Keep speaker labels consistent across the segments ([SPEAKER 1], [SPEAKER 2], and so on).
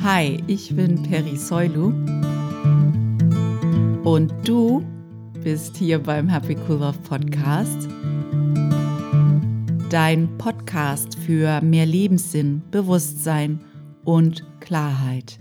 [SPEAKER 1] Hi, ich bin Peri Soilu und du bist hier beim Happy Cool Love Podcast. Dein Podcast für mehr Lebenssinn, Bewusstsein und Klarheit.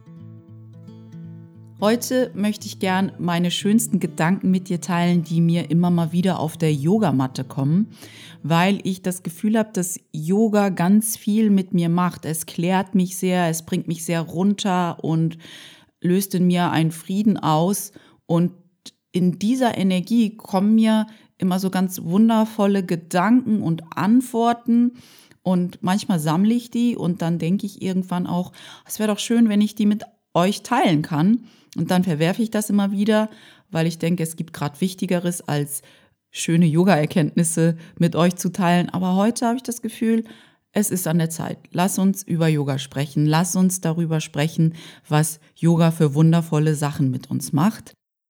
[SPEAKER 1] Heute möchte ich gern meine schönsten Gedanken mit dir teilen, die mir immer mal wieder auf der Yogamatte kommen, weil ich das Gefühl habe, dass Yoga ganz viel mit mir macht. Es klärt mich sehr, es bringt mich sehr runter und löst in mir einen Frieden aus. Und in dieser Energie kommen mir immer so ganz wundervolle Gedanken und Antworten. Und manchmal sammle ich die und dann denke ich irgendwann auch, es wäre doch schön, wenn ich die mit euch teilen kann. Und dann verwerfe ich das immer wieder, weil ich denke, es gibt gerade Wichtigeres als schöne Yoga-Erkenntnisse mit euch zu teilen. Aber heute habe ich das Gefühl, es ist an der Zeit. Lass uns über Yoga sprechen. Lass uns darüber sprechen, was Yoga für wundervolle Sachen mit uns macht.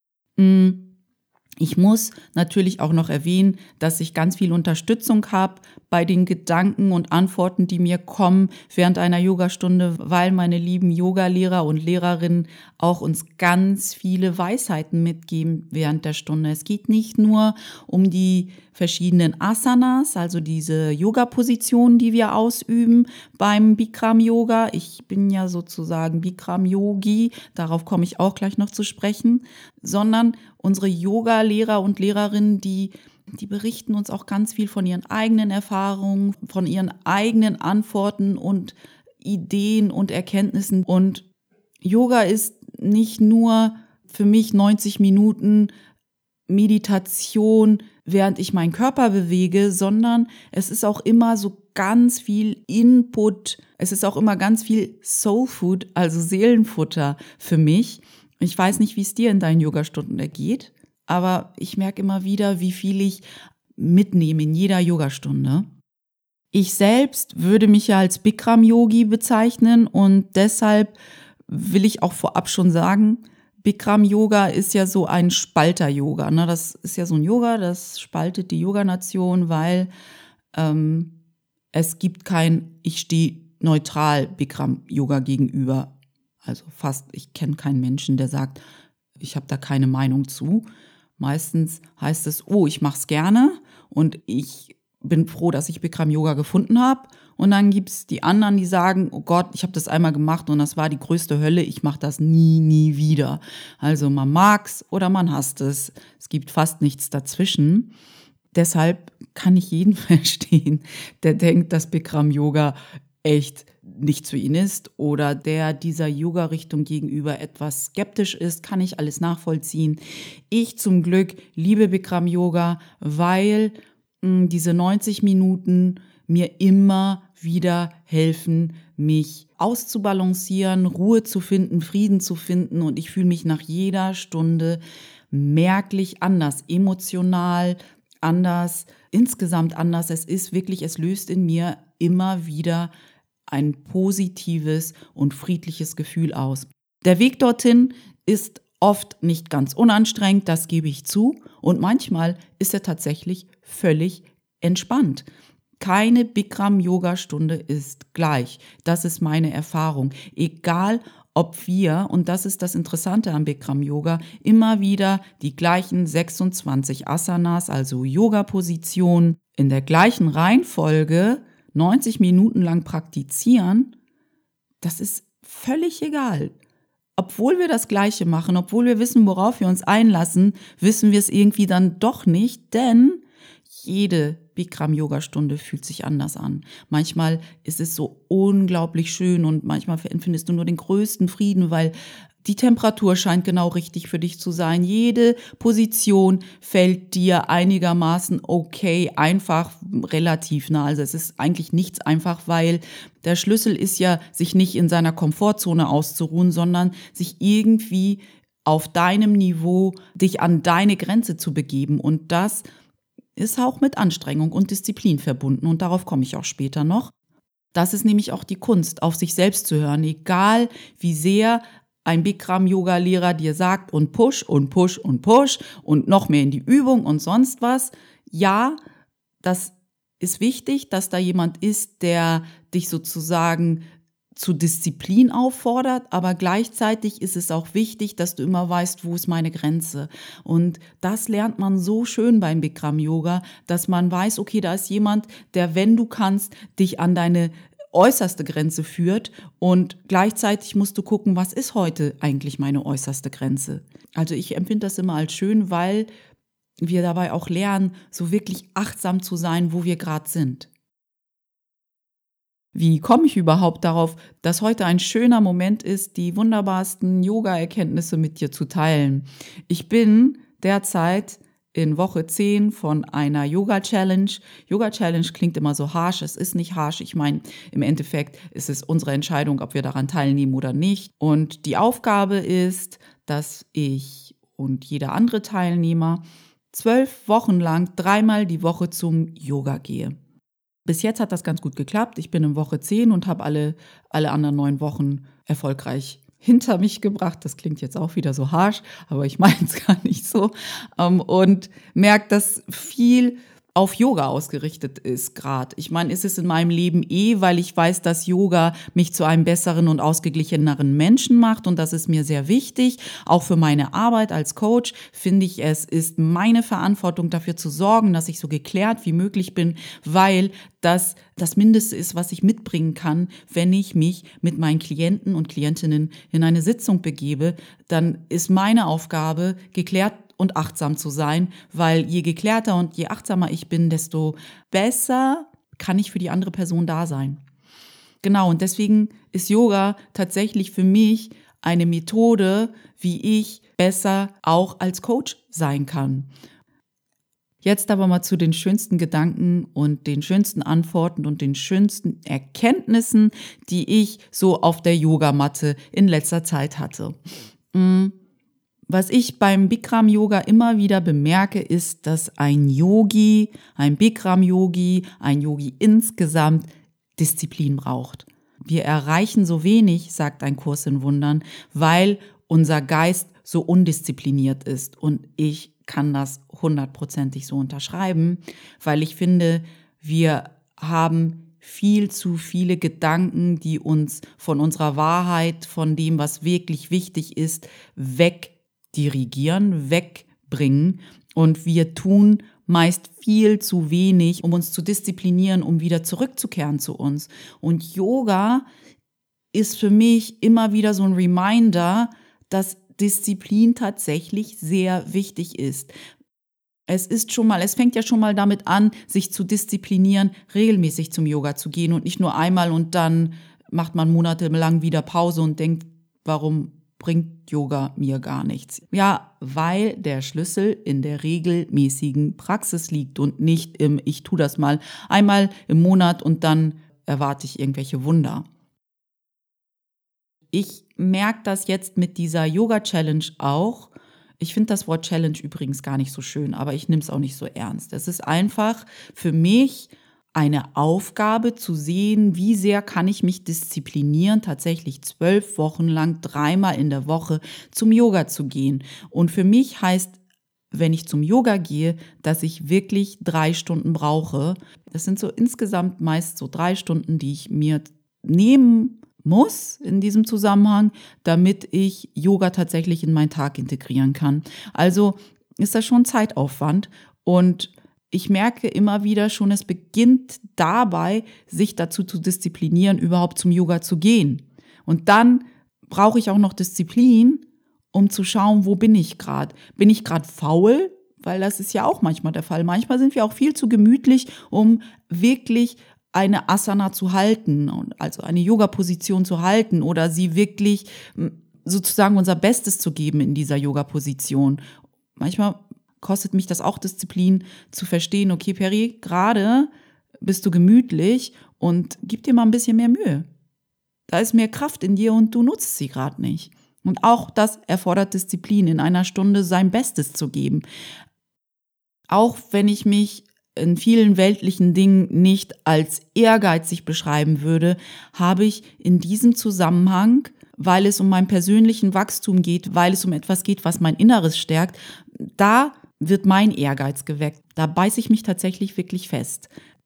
[SPEAKER 1] Ich muss natürlich auch noch erwähnen, dass ich ganz viel Unterstützung habe bei den Gedanken und Antworten, die mir kommen während einer Yogastunde, weil meine lieben Yogalehrer und Lehrerinnen auch uns ganz viele Weisheiten mitgeben während der Stunde. Es geht nicht nur um die verschiedenen Asanas, also diese Yoga-Positionen, die wir ausüben beim Bikram-Yoga. Ich bin ja sozusagen Bikram-Yogi, darauf komme ich auch gleich noch zu sprechen, sondern unsere Yoga-Lehrer und Lehrerinnen, die berichten uns auch ganz viel von ihren eigenen Erfahrungen, von ihren eigenen Antworten und Ideen und Erkenntnissen. Und Yoga ist nicht nur für mich 90 Minuten Meditation, während ich meinen Körper bewege, sondern es ist auch immer so ganz viel Input, es ist auch immer ganz viel Soul Food, also Seelenfutter für mich. Ich weiß nicht, wie es dir in deinen Yogastunden ergeht, aber ich merke immer wieder, wie viel ich mitnehme in jeder Yogastunde. Ich selbst würde mich ja als Bikram-Yogi bezeichnen und deshalb will ich auch vorab schon sagen, Bikram-Yoga ist ja so ein Spalter-Yoga. Ne? Das ist ja so ein Yoga, das spaltet die Yoganation, weil es gibt kein, ich stehe neutral Bikram-Yoga gegenüber. Also fast, ich kenne keinen Menschen, der sagt, ich habe da keine Meinung zu. Meistens heißt es, oh, ich mache es gerne und ich bin froh, dass ich Bikram-Yoga gefunden habe. Und dann gibt es die anderen, die sagen, oh Gott, ich habe das einmal gemacht und das war die größte Hölle, ich mache das nie wieder. Also man mag's oder man hasst es. Es gibt fast nichts dazwischen. Deshalb kann ich jeden verstehen, der denkt, dass Bikram-Yoga echt nicht für ihn ist oder der dieser Yoga-Richtung gegenüber etwas skeptisch ist, kann ich alles nachvollziehen. Ich zum Glück liebe Bikram-Yoga, weil diese 90 Minuten mir immer wieder helfen, mich auszubalancieren, Ruhe zu finden, Frieden zu finden und ich fühle mich nach jeder Stunde merklich anders, emotional anders, insgesamt anders. Es ist wirklich, es löst in mir immer wieder ein positives und friedliches Gefühl aus. Der Weg dorthin ist oft nicht ganz unanstrengend, das gebe ich zu. Und manchmal ist er tatsächlich völlig entspannt. Keine Bikram-Yoga-Stunde ist gleich. Das ist meine Erfahrung. Egal, ob wir, und das ist das Interessante am Bikram-Yoga, immer wieder die gleichen 26 Asanas, also Yoga-Positionen, in der gleichen Reihenfolge 90 Minuten lang praktizieren, das ist völlig egal. Obwohl wir das Gleiche machen, obwohl wir wissen, worauf wir uns einlassen, wissen wir es irgendwie dann doch nicht, denn jede Bikram-Yoga-Stunde fühlt sich anders an. Manchmal ist es so unglaublich schön und manchmal empfindest du nur den größten Frieden, weil die Temperatur scheint genau richtig für dich zu sein. Jede Position fällt dir einigermaßen okay, einfach, relativ nah. Also es ist eigentlich nichts einfach, weil der Schlüssel ist ja, sich nicht in seiner Komfortzone auszuruhen, sondern sich irgendwie auf deinem Niveau, dich an deine Grenze zu begeben. Und das ist auch mit Anstrengung und Disziplin verbunden. Und darauf komme ich auch später noch. Das ist nämlich auch die Kunst, auf sich selbst zu hören, egal wie sehr ein Bikram-Yoga-Lehrer dir sagt und push und push und push und noch mehr in die Übung und sonst was. Ja, das ist wichtig, dass da jemand ist, der dich sozusagen zu Disziplin auffordert, aber gleichzeitig ist es auch wichtig, dass du immer weißt, wo ist meine Grenze. Und das lernt man so schön beim Bikram Yoga, dass man weiß, okay, da ist jemand, der, wenn du kannst, dich an deine äußerste Grenze führt und gleichzeitig musst du gucken, was ist heute eigentlich meine äußerste Grenze. Also ich empfinde das immer als schön, weil wir dabei auch lernen, so wirklich achtsam zu sein, wo wir gerade sind. Wie komme ich überhaupt darauf, dass heute ein schöner Moment ist, die wunderbarsten Yoga-Erkenntnisse mit dir zu teilen? Ich bin derzeit in Woche 10 von einer Yoga-Challenge. Yoga-Challenge klingt immer so harsch, es ist nicht harsch. Ich meine, im Endeffekt ist es unsere Entscheidung, ob wir daran teilnehmen oder nicht. Und die Aufgabe ist, dass ich und jeder andere Teilnehmer 12 Wochen lang 3-mal die Woche zum Yoga gehe. Bis jetzt hat das ganz gut geklappt. Ich bin in Woche 10 und habe alle anderen 9 Wochen erfolgreich hinter mich gebracht. Das klingt jetzt auch wieder so harsch, aber ich meine es gar nicht so. Und merke, dass viel auf Yoga ausgerichtet ist gerade. Ich meine, ist es in meinem Leben weil ich weiß, dass Yoga mich zu einem besseren und ausgeglicheneren Menschen macht und das ist mir sehr wichtig. Auch für meine Arbeit als Coach finde ich, es ist meine Verantwortung dafür zu sorgen, dass ich so geklärt wie möglich bin, weil das das Mindeste ist, was ich mitbringen kann, wenn ich mich mit meinen Klienten und Klientinnen in eine Sitzung begebe. Dann ist meine Aufgabe, geklärt und achtsam zu sein, weil je geklärter und je achtsamer ich bin, desto besser kann ich für die andere Person da sein. Genau, und deswegen ist Yoga tatsächlich für mich eine Methode, wie ich besser auch als Coach sein kann. Jetzt aber mal zu den schönsten Gedanken und den schönsten Antworten und den schönsten Erkenntnissen, die ich so auf der Yogamatte in letzter Zeit hatte. Was ich beim Bikram Yoga immer wieder bemerke, ist, dass ein Yogi, ein Bikram Yogi, ein Yogi insgesamt Disziplin braucht. Wir erreichen so wenig, sagt ein Kurs in Wundern, weil unser Geist so undiszipliniert ist. Und ich kann das 100%ig so unterschreiben, weil ich finde, wir haben viel zu viele Gedanken, die uns von unserer Wahrheit, von dem, was wirklich wichtig ist, wegdirigieren, wegbringen. Und wir tun meist viel zu wenig, um uns zu disziplinieren, um wieder zurückzukehren zu uns. Und Yoga ist für mich immer wieder so ein Reminder, dass Disziplin tatsächlich sehr wichtig ist. Es fängt ja schon mal damit an, sich zu disziplinieren, regelmäßig zum Yoga zu gehen und nicht nur einmal und dann macht man monatelang wieder Pause und denkt, warum bringt Yoga mir gar nichts? Ja, weil der Schlüssel in der regelmäßigen Praxis liegt und nicht ich tue das mal einmal im Monat und dann erwarte ich irgendwelche Wunder. Ich merke das jetzt mit dieser Yoga-Challenge auch. Ich finde das Wort Challenge übrigens gar nicht so schön, aber ich nehme es auch nicht so ernst. Es ist einfach für mich eine Aufgabe zu sehen, wie sehr kann ich mich disziplinieren, tatsächlich 12 Wochen lang 3-mal in der Woche zum Yoga zu gehen. Und für mich heißt, wenn ich zum Yoga gehe, dass ich wirklich 3 Stunden brauche. Das sind so insgesamt meist so 3 Stunden, die ich mir nehmen muss in diesem Zusammenhang, damit ich Yoga tatsächlich in meinen Tag integrieren kann. Also ist das schon Zeitaufwand und ich merke immer wieder schon, es beginnt dabei, sich dazu zu disziplinieren, überhaupt zum Yoga zu gehen. Und dann brauche ich auch noch Disziplin, um zu schauen, wo bin ich gerade? Bin ich gerade faul? Weil das ist ja auch manchmal der Fall. Manchmal sind wir auch viel zu gemütlich, um wirklich eine Asana zu halten, also eine Yoga-Position zu halten oder sie wirklich sozusagen unser Bestes zu geben in dieser Yoga-Position. Manchmal kostet mich das auch Disziplin zu verstehen, okay, Peri, gerade bist du gemütlich und gib dir mal ein bisschen mehr Mühe. Da ist mehr Kraft in dir und du nutzt sie gerade nicht. Und auch das erfordert Disziplin, in einer Stunde sein Bestes zu geben. Auch wenn ich mich in vielen weltlichen Dingen nicht als ehrgeizig beschreiben würde, habe ich in diesem Zusammenhang, weil es um meinen persönlichen Wachstum geht, weil es um etwas geht, was mein Inneres stärkt, da wird mein Ehrgeiz geweckt. Da beiße ich mich tatsächlich wirklich fest.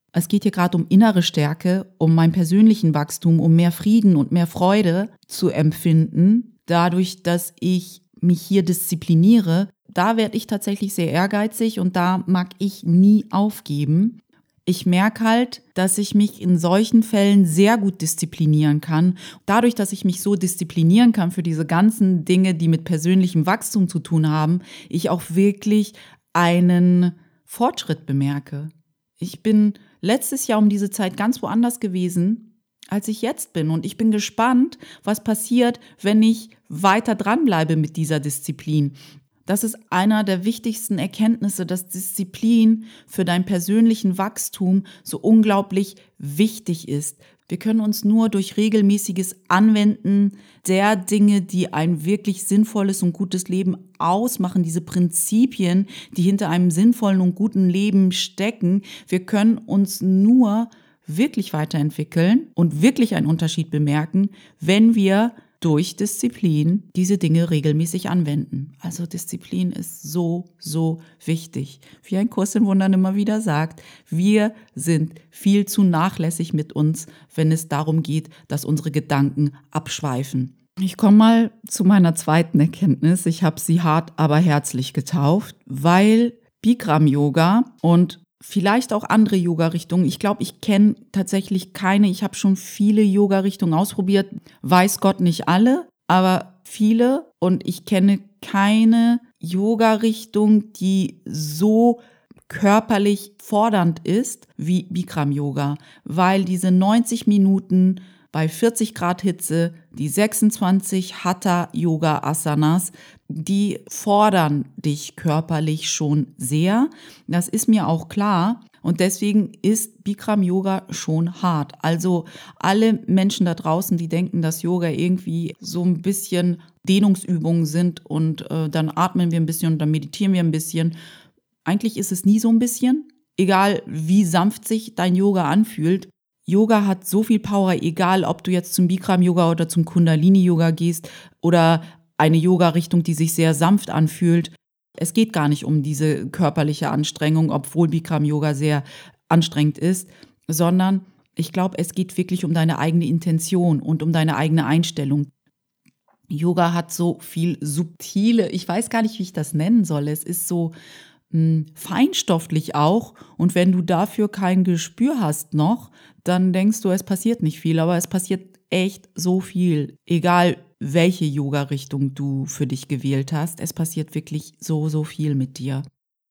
[SPEAKER 1] Es geht hier gerade um innere Stärke, um meinen persönlichen Wachstum, um mehr Frieden und mehr Freude zu empfinden, dadurch, dass ich mich hier diszipliniere. Da werde ich tatsächlich sehr ehrgeizig und da mag ich nie aufgeben. Ich merke halt, dass ich mich in solchen Fällen sehr gut disziplinieren kann. Dadurch, dass ich mich so disziplinieren kann für diese ganzen Dinge, die mit persönlichem Wachstum zu tun haben, ich auch wirklich einen Fortschritt bemerke. Ich bin letztes Jahr um diese Zeit ganz woanders gewesen, als ich jetzt bin. Und ich bin gespannt, was passiert, wenn ich weiter dranbleibe mit dieser Disziplin. Das ist einer der wichtigsten Erkenntnisse, dass Disziplin für dein persönlichen Wachstum so unglaublich wichtig ist. Wir können uns nur durch regelmäßiges Anwenden der Dinge, die ein wirklich sinnvolles und gutes Leben ausmachen, diese Prinzipien, die hinter einem sinnvollen und guten Leben stecken, wir können uns nur wirklich weiterentwickeln und wirklich einen Unterschied bemerken, wenn wir durch Disziplin diese Dinge regelmäßig anwenden. Also Disziplin ist so, so wichtig. Wie ein Kurs in Wundern immer wieder sagt, wir sind viel zu nachlässig mit uns, wenn es darum geht, dass unsere Gedanken abschweifen. Ich komme mal zu meiner zweiten Erkenntnis. Ich habe sie hart, aber herzlich getauft, weil Bikram Yoga und vielleicht auch andere Yoga-Richtungen. Ich glaube, ich kenne tatsächlich keine. Ich habe schon viele Yoga-Richtungen ausprobiert. Weiß Gott nicht alle, aber viele. Und ich kenne keine Yoga-Richtung, die so körperlich fordernd ist wie Bikram Yoga, weil diese 90 Minuten bei 40 Grad Hitze, die 26 Hatha Yoga Asanas, die fordern dich körperlich schon sehr. Das ist mir auch klar. Und deswegen ist Bikram Yoga schon hart. Also alle Menschen da draußen, die denken, dass Yoga irgendwie so ein bisschen Dehnungsübungen sind und dann atmen wir ein bisschen und dann meditieren wir ein bisschen. Eigentlich ist es nie so ein bisschen. Egal wie sanft sich dein Yoga anfühlt. Yoga hat so viel Power, egal ob du jetzt zum Bikram-Yoga oder zum Kundalini-Yoga gehst oder eine Yoga-Richtung, die sich sehr sanft anfühlt. Es geht gar nicht um diese körperliche Anstrengung, obwohl Bikram-Yoga sehr anstrengend ist, sondern ich glaube, es geht wirklich um deine eigene Intention und um deine eigene Einstellung. Yoga hat so viel subtile, ich weiß gar nicht, wie ich das nennen soll. Es ist so feinstofflich auch. Und wenn du dafür kein Gespür hast noch, dann denkst du, es passiert nicht viel. Aber es passiert echt so viel. Egal, welche Yoga-Richtung du für dich gewählt hast. Es passiert wirklich so, so viel mit dir.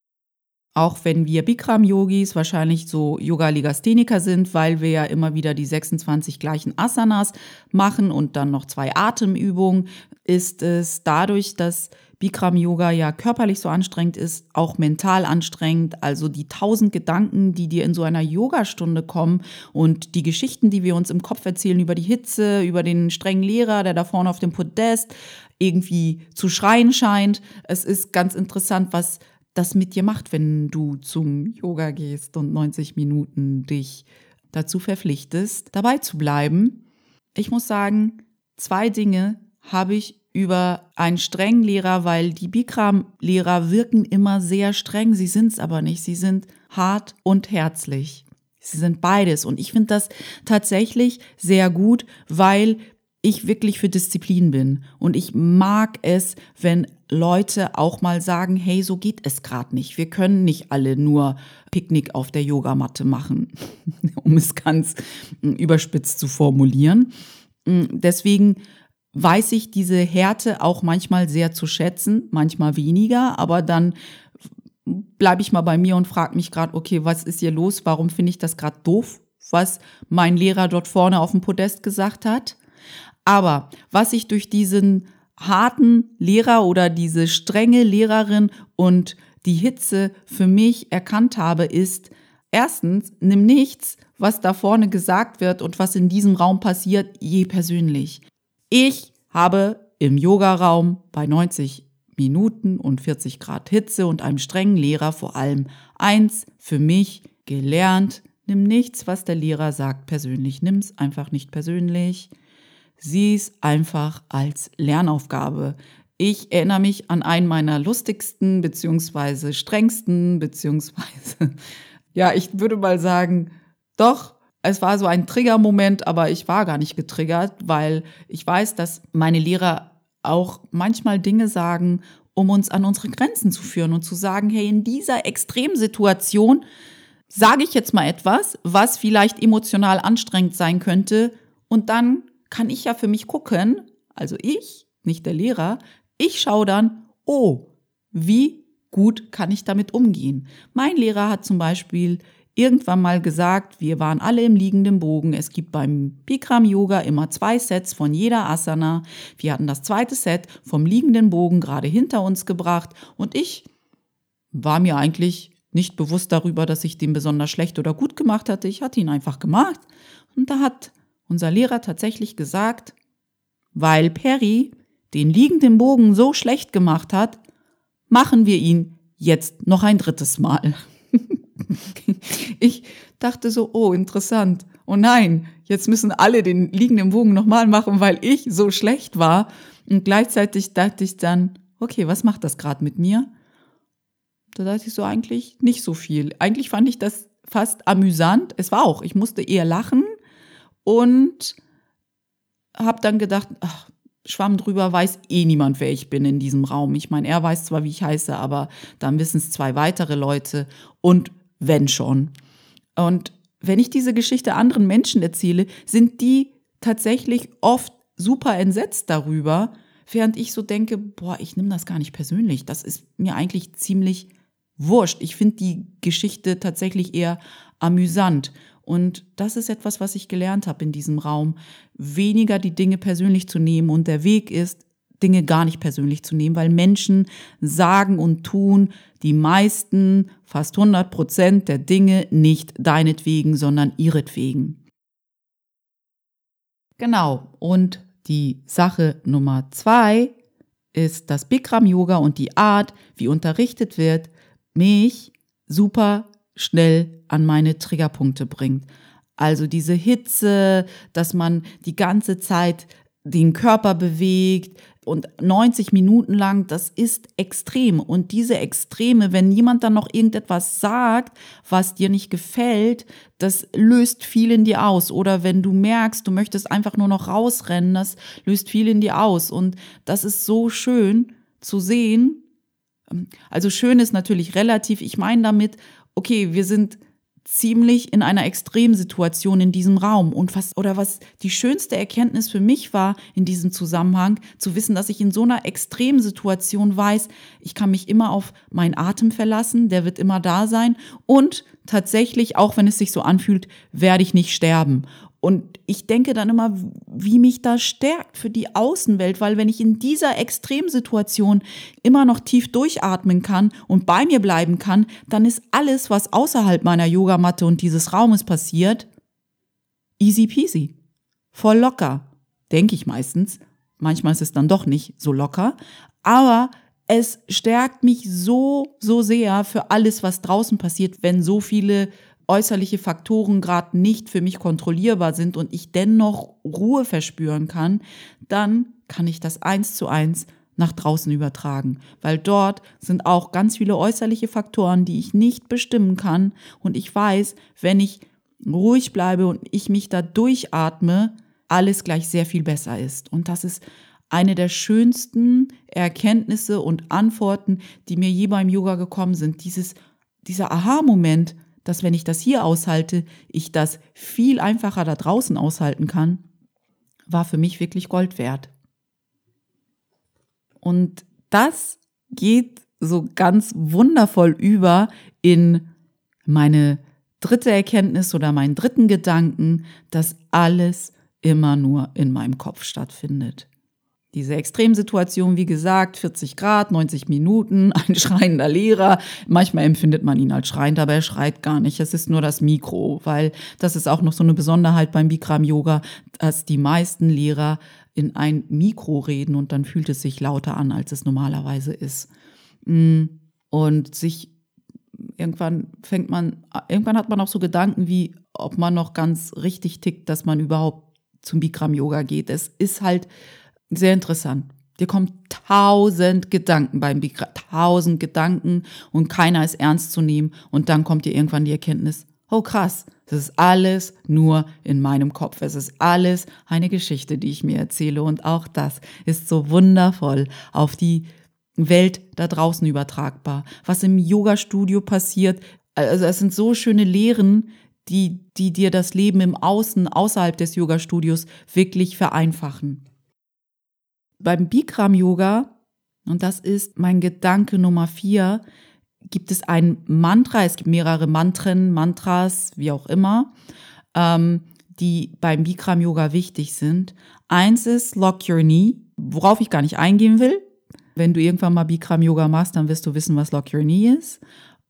[SPEAKER 1] Auch wenn wir Bikram-Yogis wahrscheinlich so Yoga-Legastheniker sind, weil wir ja immer wieder die 26 gleichen Asanas machen und dann noch 2 Atemübungen, ist es dadurch, dass Bikram-Yoga ja körperlich so anstrengend ist, auch mental anstrengend. Also die 1000 Gedanken, die dir in so einer Yogastunde kommen und die Geschichten, die wir uns im Kopf erzählen über die Hitze, über den strengen Lehrer, der da vorne auf dem Podest irgendwie zu schreien scheint. Es ist ganz interessant, was das mit dir macht, wenn du zum Yoga gehst und 90 Minuten dich dazu verpflichtest, dabei zu bleiben. Ich muss sagen, 2 Dinge habe ich über einen strengen Lehrer, weil die Bikram-Lehrer wirken immer sehr streng, sie sind es aber nicht, sie sind hart und herzlich. Sie sind beides und ich finde das tatsächlich sehr gut, weil ich wirklich für Disziplin bin und ich mag es, wenn Leute auch mal sagen, hey, so geht es gerade nicht. Wir können nicht alle nur Picknick auf der Yogamatte machen, um es ganz überspitzt zu formulieren. Deswegen weiß ich diese Härte auch manchmal sehr zu schätzen, manchmal weniger, aber dann bleibe ich mal bei mir und frage mich gerade, okay, was ist hier los? Warum finde ich das gerade doof, was mein Lehrer dort vorne auf dem Podest gesagt hat? Aber was ich durch diesen harten Lehrer oder diese strenge Lehrerin und die Hitze für mich erkannt habe, ist, erstens, nimm nichts, was da vorne gesagt wird und was in diesem Raum passiert, je persönlich. Ich habe im Yogaraum bei 90 Minuten und 40 Grad Hitze und einem strengen Lehrer vor allem eins für mich gelernt. Nimm nichts, was der Lehrer sagt, persönlich. Nimm es einfach nicht persönlich. Sieh es einfach als Lernaufgabe. Ich erinnere mich an einen meiner lustigsten beziehungsweise strengsten beziehungsweise, ja, ich würde mal sagen, Doch, es war so ein Triggermoment, aber ich war gar nicht getriggert, weil ich weiß, dass meine Lehrer auch manchmal Dinge sagen, um uns an unsere Grenzen zu führen und zu sagen, hey, in dieser Extremsituation sage ich jetzt mal etwas, was vielleicht emotional anstrengend sein könnte, und dann kann ich ja für mich gucken, also ich, nicht der Lehrer, ich schaue dann, oh, wie gut kann ich damit umgehen? Mein Lehrer hat zum Beispiel irgendwann mal gesagt, wir waren alle im liegenden Bogen. Es gibt beim Bikram Yoga immer 2 Sets von jeder Asana. Wir hatten das 2. Set vom liegenden Bogen gerade hinter uns gebracht und ich war mir eigentlich nicht bewusst darüber, dass ich den besonders schlecht oder gut gemacht hatte. Ich hatte ihn einfach gemacht und da hat unser Lehrer tatsächlich gesagt, weil Perry den liegenden Bogen so schlecht gemacht hat, machen wir ihn jetzt noch ein 3. Mal. Ich dachte so, oh, interessant. Oh nein, jetzt müssen alle den liegenden Bogen nochmal machen, weil ich so schlecht war. Und gleichzeitig dachte ich dann, okay, was macht das gerade mit mir? Da dachte ich so, eigentlich nicht so viel. Eigentlich fand ich das fast amüsant. Es war auch, ich musste eher lachen und habe dann gedacht, ach, Schwamm drüber, weiß eh niemand, wer ich bin in diesem Raum. Ich meine, er weiß zwar, wie ich heiße, aber dann wissen es 2 weitere Leute und wenn schon. Und wenn ich diese Geschichte anderen Menschen erzähle, sind die tatsächlich oft super entsetzt darüber, während ich so denke, boah, ich nehme das gar nicht persönlich. Das ist mir eigentlich ziemlich wurscht. Ich finde die Geschichte tatsächlich eher amüsant. Und das ist etwas, was ich gelernt habe in diesem Raum, weniger die Dinge persönlich zu nehmen. Und der Weg ist, Dinge gar nicht persönlich zu nehmen, weil Menschen sagen und tun die meisten, fast 100% der Dinge nicht deinetwegen, sondern ihretwegen. Genau. Und die Sache Nummer 2 ist, dass Bikram Yoga und die Art, wie unterrichtet wird, mich super schnell an meine Triggerpunkte bringt. Also diese Hitze, dass man die ganze Zeit den Körper bewegt und 90 Minuten lang, das ist extrem. Und diese Extreme, wenn jemand dann noch irgendetwas sagt, was dir nicht gefällt, das löst viel in dir aus. Oder wenn du merkst, du möchtest einfach nur noch rausrennen, das löst viel in dir aus. Und das ist so schön zu sehen. Also schön ist natürlich relativ. Ich meine damit, okay, wir sind ziemlich in einer Extremsituation in diesem Raum. Und was die schönste Erkenntnis für mich war in diesem Zusammenhang, zu wissen, dass ich in so einer Extremsituation weiß, ich kann mich immer auf meinen Atem verlassen, der wird immer da sein. Und tatsächlich, auch wenn es sich so anfühlt, werde ich nicht sterben. Und ich denke dann immer, wie mich das stärkt für die Außenwelt, weil wenn ich in dieser Extremsituation immer noch tief durchatmen kann und bei mir bleiben kann, dann ist alles, was außerhalb meiner Yogamatte und dieses Raumes passiert, easy peasy, voll locker, denke ich meistens. Manchmal ist es dann doch nicht so locker, aber es stärkt mich so sehr für alles, was draußen passiert, wenn so viele äußerliche Faktoren gerade nicht für mich kontrollierbar sind und ich dennoch Ruhe verspüren kann, dann kann ich das 1:1 nach draußen übertragen. Weil dort sind auch ganz viele äußerliche Faktoren, die ich nicht bestimmen kann. Und ich weiß, wenn ich ruhig bleibe und ich mich da durchatme, alles gleich sehr viel besser ist. Und das ist eine der schönsten Erkenntnisse und Antworten, die mir je beim Yoga gekommen sind. Dieser Aha-Moment, dass wenn ich das hier aushalte, ich das viel einfacher da draußen aushalten kann, war für mich wirklich Gold wert. Und das geht so ganz wundervoll über in meine 3. Erkenntnis oder meinen 3. Gedanken, dass alles immer nur in meinem Kopf stattfindet. Diese Extremsituation, wie gesagt, 40 Grad, 90 Minuten, ein schreiender Lehrer. Manchmal empfindet man ihn als schreiend, aber er schreit gar nicht. Es ist nur das Mikro, weil das ist auch noch so eine Besonderheit beim Bikram Yoga, dass die meisten Lehrer in ein Mikro reden und dann fühlt es sich lauter an, als es normalerweise ist. Und irgendwann hat man auch so Gedanken wie, ob man noch ganz richtig tickt, dass man überhaupt zum Bikram Yoga geht. Es ist halt sehr interessant. Dir kommen 1000 Gedanken beim Bikram, 1000 Gedanken und keiner ist ernst zu nehmen. Und dann kommt dir irgendwann die Erkenntnis, oh krass, das ist alles nur in meinem Kopf. Es ist alles eine Geschichte, die ich mir erzähle. Und auch das ist so wundervoll auf die Welt da draußen übertragbar. Was im Yoga-Studio passiert, also es sind so schöne Lehren, die dir das Leben im Außen, außerhalb des Yoga-Studios wirklich vereinfachen. Beim Bikram-Yoga, und das ist mein Gedanke Nummer 4, gibt es ein Mantra, es gibt mehrere Mantras, wie auch immer, die beim Bikram-Yoga wichtig sind. Eins ist Lock Your Knee, worauf ich gar nicht eingehen will. Wenn du irgendwann mal Bikram-Yoga machst, dann wirst du wissen, was Lock Your Knee ist.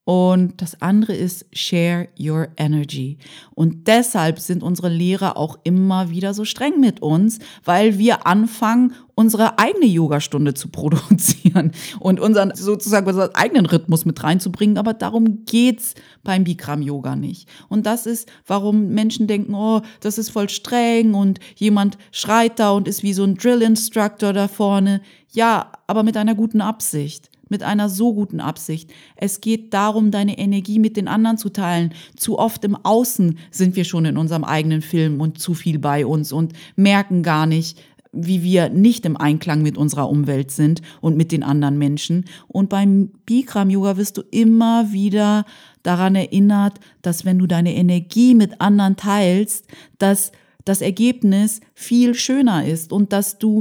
[SPEAKER 1] Und das andere ist Share Your Energy. Und deshalb sind unsere Lehrer auch immer wieder so streng mit uns, weil wir anfangen, unsere eigene Yogastunde zu produzieren und unseren eigenen Rhythmus mit reinzubringen. Aber darum geht's beim Bikram-Yoga nicht. Und das ist, warum Menschen denken, oh, das ist voll streng und jemand schreit da und ist wie so ein Drill-Instructor da vorne. Ja, aber mit einer guten Absicht. Mit einer so guten Absicht. Es geht darum, deine Energie mit den anderen zu teilen. Zu oft im Außen sind wir schon in unserem eigenen Film und zu viel bei uns und merken gar nicht, wie wir nicht im Einklang mit unserer Umwelt sind und mit den anderen Menschen. Und beim Bikram-Yoga wirst du immer wieder daran erinnert, dass wenn du deine Energie mit anderen teilst, dass das Ergebnis viel schöner ist und dass du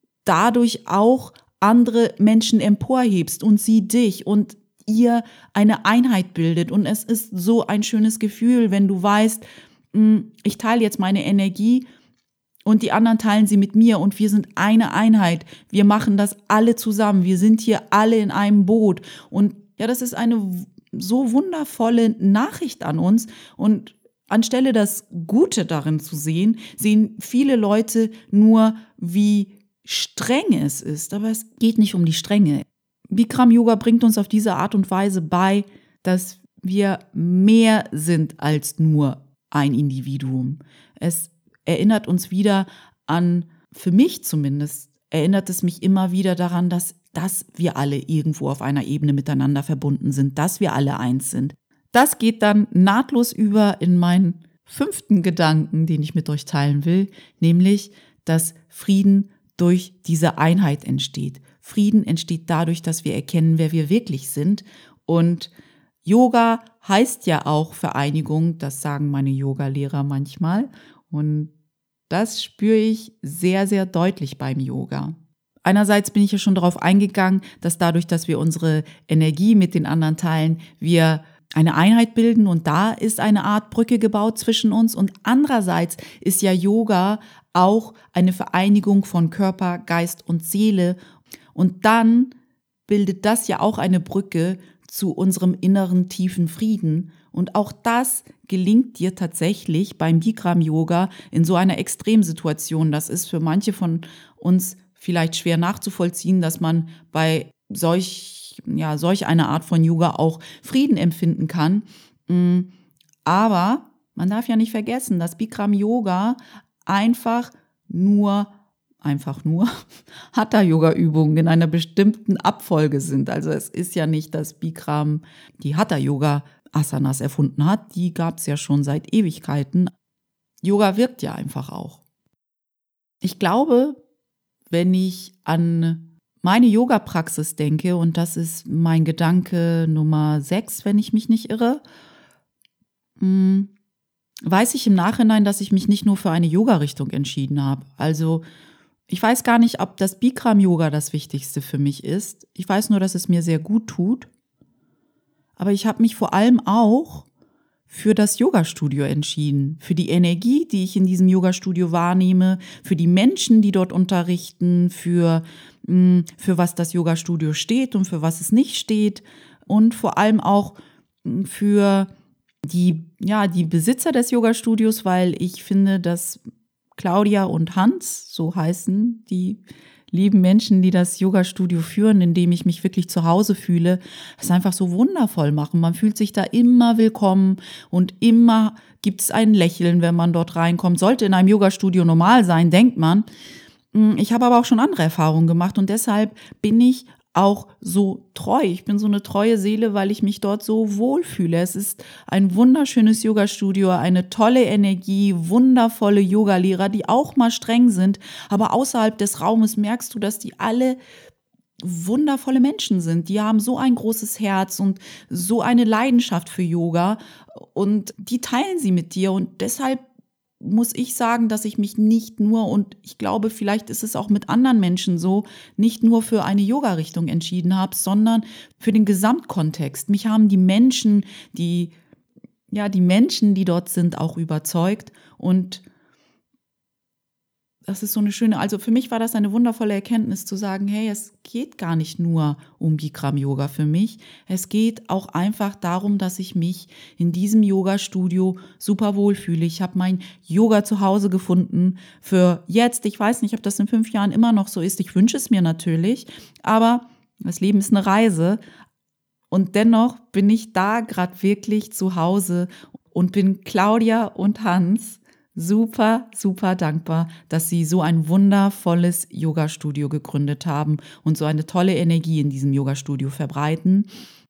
[SPEAKER 1] dadurch auch andere Menschen emporhebst und sie dich und ihr eine Einheit bildet. Und es ist so ein schönes Gefühl, wenn du weißt, ich teile jetzt meine Energie und die anderen teilen sie mit mir und wir sind eine Einheit. Wir machen das alle zusammen. Wir sind hier alle in einem Boot. Und ja, das ist eine so wundervolle Nachricht an uns. Und anstelle das Gute darin zu sehen, sehen viele Leute nur, wie streng es ist, aber es geht nicht um die Strenge. Bikram Yoga bringt uns auf diese Art und Weise bei, dass wir mehr sind als nur ein Individuum. Es erinnert uns wieder an, für mich zumindest, erinnert es mich immer wieder daran, dass wir alle irgendwo auf einer Ebene miteinander verbunden sind, dass wir alle eins sind. Das geht dann nahtlos über in meinen 5. Gedanken, den ich mit euch teilen will, nämlich, dass Frieden durch diese Einheit entsteht. Frieden entsteht dadurch, dass wir erkennen, wer wir wirklich sind. Und Yoga heißt ja auch Vereinigung, das sagen meine Yoga-Lehrer manchmal. Und das spüre ich sehr, sehr deutlich beim Yoga. Einerseits bin ich ja schon darauf eingegangen, dass dadurch, dass wir unsere Energie mit den anderen teilen, wir eine Einheit bilden und da ist eine Art Brücke gebaut zwischen uns. Und andererseits ist ja Yoga auch eine Vereinigung von Körper, Geist und Seele. Und dann bildet das ja auch eine Brücke zu unserem inneren tiefen Frieden. Und auch das gelingt dir tatsächlich beim Bikram-Yoga in so einer Extremsituation. Das ist für manche von uns vielleicht schwer nachzuvollziehen, dass man bei solch eine Art von Yoga auch Frieden empfinden kann. Aber man darf ja nicht vergessen, dass Bikram-Yoga einfach nur Hatha-Yoga-Übungen in einer bestimmten Abfolge sind. Also es ist ja nicht, dass Bikram die Hatha-Yoga-Asanas erfunden hat. Die gab es ja schon seit Ewigkeiten. Yoga wirkt ja einfach auch. Ich glaube, wenn ich an meine Yoga-Praxis denke, und das ist mein Gedanke Nummer 6, wenn ich mich nicht irre, weiß ich im Nachhinein, dass ich mich nicht nur für eine Yoga-Richtung entschieden habe. Also ich weiß gar nicht, ob das Bikram-Yoga das Wichtigste für mich ist. Ich weiß nur, dass es mir sehr gut tut. Aber ich habe mich vor allem auch für das Yoga-Studio entschieden. Für die Energie, die ich in diesem Yoga-Studio wahrnehme, für die Menschen, die dort unterrichten, für was das Yoga-Studio steht und für was es nicht steht. Und vor allem auch für die Besitzer des Yoga-Studios, weil ich finde, dass Claudia und Hans, so heißen die lieben Menschen, die das Yoga-Studio führen, in dem ich mich wirklich zu Hause fühle, es einfach so wundervoll machen. Man fühlt sich da immer willkommen und immer gibt es ein Lächeln, wenn man dort reinkommt. Sollte in einem Yoga-Studio normal sein, denkt man. Ich habe aber auch schon andere Erfahrungen gemacht und deshalb bin ich auch so treu. Ich bin so eine treue Seele, weil ich mich dort so wohlfühle. Es ist ein wunderschönes Yoga-Studio, eine tolle Energie, wundervolle Yogalehrer, die auch mal streng sind. Aber außerhalb des Raumes merkst du, dass die alle wundervolle Menschen sind. Die haben so ein großes Herz und so eine Leidenschaft für Yoga und die teilen sie mit dir und deshalb muss ich sagen, dass ich mich nicht nur, und ich glaube, vielleicht ist es auch mit anderen Menschen so, nicht nur für eine Yoga-Richtung entschieden habe, sondern für den Gesamtkontext. Mich haben die Menschen, die dort sind, auch überzeugt und das ist so eine schöne, also für mich war das eine wundervolle Erkenntnis zu sagen, hey, es geht gar nicht nur um Bikram-Yoga für mich. Es geht auch einfach darum, dass ich mich in diesem Yoga-Studio super wohlfühle. Ich habe mein Yoga zu Hause gefunden für jetzt. Ich weiß nicht, ob das in 5 Jahren immer noch so ist. Ich wünsche es mir natürlich, aber das Leben ist eine Reise. Und dennoch bin ich da gerade wirklich zu Hause und bin Claudia und Hans super, super dankbar, dass sie so ein wundervolles Yoga-Studio gegründet haben und so eine tolle Energie in diesem Yoga-Studio verbreiten.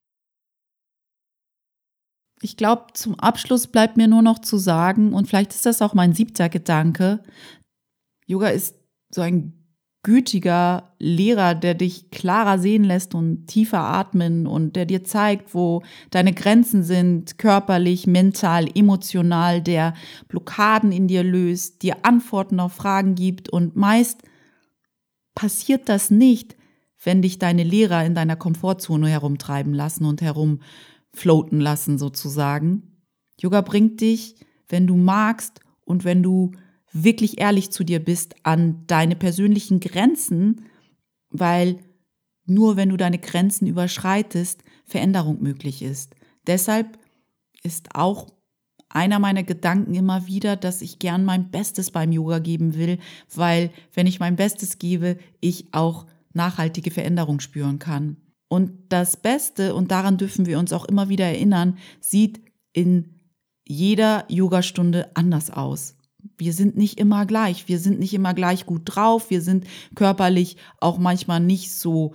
[SPEAKER 1] Ich glaube, zum Abschluss bleibt mir nur noch zu sagen, und vielleicht ist das auch mein 7. Gedanke, Yoga ist so ein gütiger Lehrer, der dich klarer sehen lässt und tiefer atmen und der dir zeigt, wo deine Grenzen sind, körperlich, mental, emotional, der Blockaden in dir löst, dir Antworten auf Fragen gibt und meist passiert das nicht, wenn dich deine Lehrer in deiner Komfortzone herumtreiben lassen und herumfloaten lassen sozusagen. Yoga bringt dich, wenn du magst und wenn du wirklich ehrlich zu dir bist, an deine persönlichen Grenzen, weil nur wenn du deine Grenzen überschreitest, Veränderung möglich ist. Deshalb ist auch einer meiner Gedanken immer wieder, dass ich gern mein Bestes beim Yoga geben will, weil wenn ich mein Bestes gebe, ich auch nachhaltige Veränderung spüren kann. Und das Beste, und daran dürfen wir uns auch immer wieder erinnern, sieht in jeder Yogastunde anders aus. Wir sind nicht immer gleich, wir sind nicht immer gleich gut drauf, wir sind körperlich auch manchmal nicht so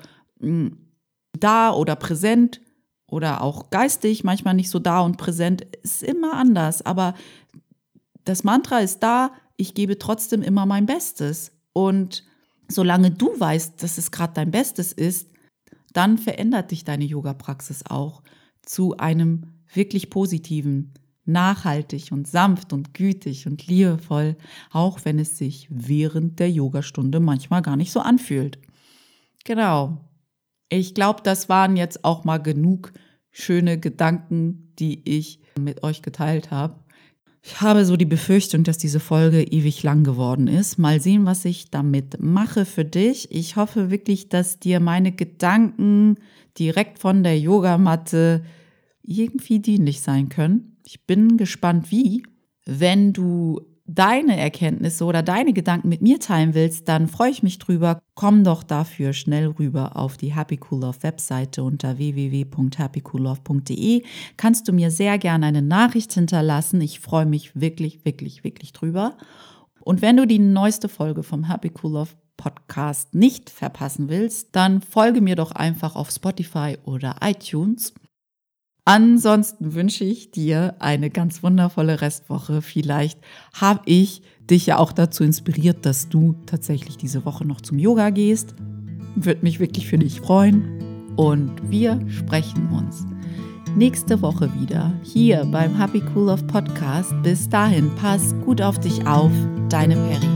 [SPEAKER 1] da oder präsent oder auch geistig manchmal nicht so da und präsent, ist immer anders. Aber das Mantra ist da, ich gebe trotzdem immer mein Bestes. Und solange du weißt, dass es gerade dein Bestes ist, dann verändert dich deine Yoga-Praxis auch zu einem wirklich positiven, nachhaltig und sanft und gütig und liebevoll, auch wenn es sich während der Yogastunde manchmal gar nicht so anfühlt. Genau. Ich glaube, das waren jetzt auch mal genug schöne Gedanken, die ich mit euch geteilt habe. Ich habe so die Befürchtung, dass diese Folge ewig lang geworden ist. Mal sehen, was ich damit mache für dich. Ich hoffe wirklich, dass dir meine Gedanken direkt von der Yogamatte irgendwie dienlich sein können. Ich bin gespannt, wie. Wenn du deine Erkenntnisse oder deine Gedanken mit mir teilen willst, dann freue ich mich drüber. Komm doch dafür schnell rüber auf die Happy Cool Love Webseite unter www.happycoollove.de. Kannst du mir sehr gerne eine Nachricht hinterlassen. Ich freue mich wirklich, wirklich, wirklich drüber. Und wenn du die neueste Folge vom Happy Cool Love Podcast nicht verpassen willst, dann folge mir doch einfach auf Spotify oder iTunes. Ansonsten wünsche ich dir eine ganz wundervolle Restwoche. Vielleicht habe ich dich ja auch dazu inspiriert, dass du tatsächlich diese Woche noch zum Yoga gehst. Würde mich wirklich für dich freuen. Und wir sprechen uns nächste Woche wieder hier beim Happy Cool Love Podcast. Bis dahin, pass gut auf dich auf. Deine Peri.